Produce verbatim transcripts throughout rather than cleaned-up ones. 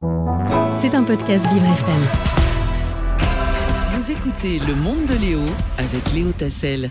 C'est un podcast Vivre F M. Vous écoutez Le Monde de Léo avec Léo Tassel.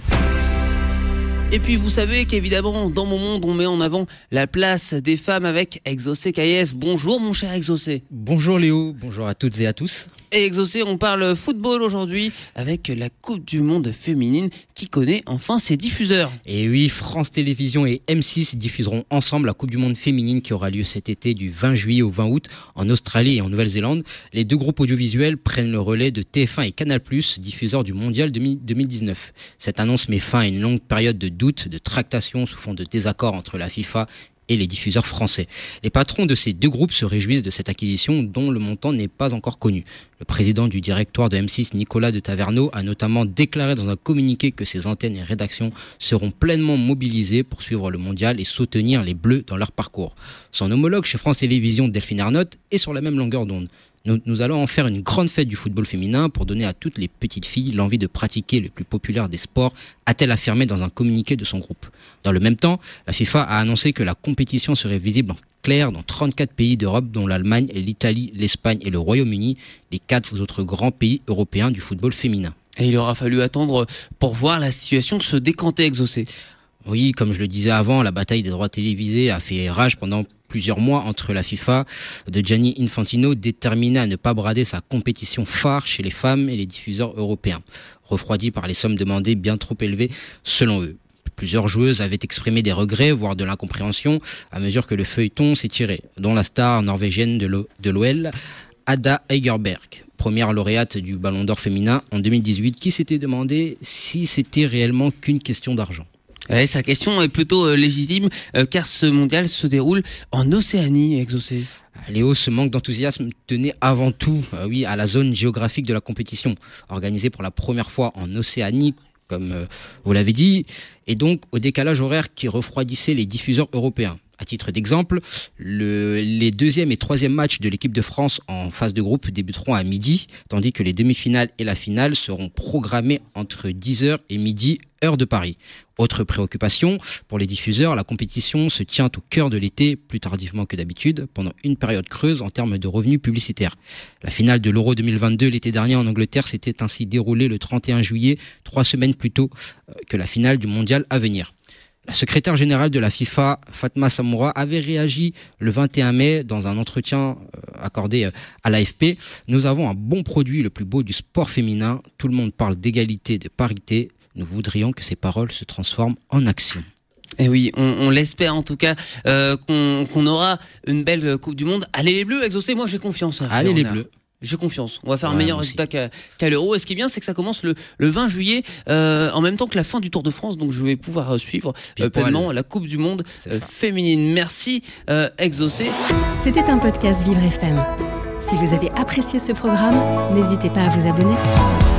Et puis vous savez qu'évidemment, dans mon monde, on met en avant la place des femmes avec Exaucé Caillès. Bonjour mon cher Exaucé. Bonjour Léo, bonjour à toutes et à tous. Et Exaucé, on parle football aujourd'hui avec la Coupe du Monde féminine qui connaît enfin ses diffuseurs. Et oui, France Télévisions et M six diffuseront ensemble la Coupe du Monde féminine qui aura lieu cet été du vingt juillet au vingt août en Australie et en Nouvelle-Zélande. Les deux groupes audiovisuels prennent le relais de T F un et Canal plus, diffuseurs du Mondial deux mille dix-neuf. Cette annonce met fin à une longue période de doute, de tractation sous fond de désaccord entre la FIFA et les diffuseurs français. Les patrons de ces deux groupes se réjouissent de cette acquisition dont le montant n'est pas encore connu. Le président du directoire de M six, Nicolas de Taverneau, a notamment déclaré dans un communiqué que ses antennes et rédactions seront pleinement mobilisées pour suivre le mondial et soutenir les Bleus dans leur parcours. Son homologue chez France Télévisions, Delphine Arnault, est sur la même longueur d'onde. Nous, nous allons en faire une grande fête du football féminin pour donner à toutes les petites filles l'envie de pratiquer le plus populaire des sports, a-t-elle affirmé dans un communiqué de son groupe. Dans le même temps, la FIFA a annoncé que la compétition serait visible en clair dans trente-quatre pays d'Europe, dont l'Allemagne, l'Italie, l'Espagne et le Royaume-Uni, les quatre autres grands pays européens du football féminin. Et il aura fallu attendre pour voir la situation se décanter, Exaucé. Oui, comme je le disais avant, la bataille des droits télévisés a fait rage pendant plusieurs mois entre la FIFA de Gianni Infantino, déterminé à ne pas brader sa compétition phare chez les femmes et les diffuseurs européens, refroidis par les sommes demandées bien trop élevées selon eux. Plusieurs joueuses avaient exprimé des regrets, voire de l'incompréhension, à mesure que le feuilleton s'étirait, dont la star norvégienne de l'O L, Ada Hegerberg, première lauréate du Ballon d'Or féminin en deux mille dix-huit, qui s'était demandé si c'était réellement qu'une question d'argent. Ouais, sa question est plutôt euh, légitime euh, car ce mondial se déroule en Océanie, Exaucé. Léo, ce manque d'enthousiasme tenait avant tout euh, oui, à la zone géographique de la compétition, organisée pour la première fois en Océanie, comme euh, vous l'avez dit, et donc au décalage horaire qui refroidissait les diffuseurs européens. À titre d'exemple, le, les deuxième et troisième matchs de l'équipe de France en phase de groupe débuteront à midi, tandis que les demi-finales et la finale seront programmées entre dix heures et midi, heure de Paris. Autre préoccupation, pour les diffuseurs, la compétition se tient au cœur de l'été, plus tardivement que d'habitude, pendant une période creuse en termes de revenus publicitaires. La finale de l'Euro deux mille vingt-deux l'été dernier en Angleterre s'était ainsi déroulée le trente et un juillet, trois semaines plus tôt que la finale du mondial à venir. La secrétaire générale de la FIFA, Fatma Samoura, avait réagi le vingt et un mai dans un entretien accordé à l'A F P. Nous avons un bon produit, le plus beau du sport féminin. Tout le monde parle d'égalité, de parité. Nous voudrions que ces paroles se transforment en action. Et oui, on, on l'espère en tout cas euh, qu'on, qu'on aura une belle Coupe du Monde. Allez les Bleus, Exaucé, moi j'ai confiance. Allez les Bleus. J'ai confiance. On va faire ouais, un meilleur résultat qu'à, qu'à l'Euro. Et ce qui est bien, c'est que ça commence le, le vingt juillet, euh, en même temps que la fin du Tour de France. Donc, je vais pouvoir suivre euh, pleinement la Coupe du Monde euh, féminine. Merci, euh, Exaucé. C'était un podcast Vivre F M. Si vous avez apprécié ce programme, n'hésitez pas à vous abonner.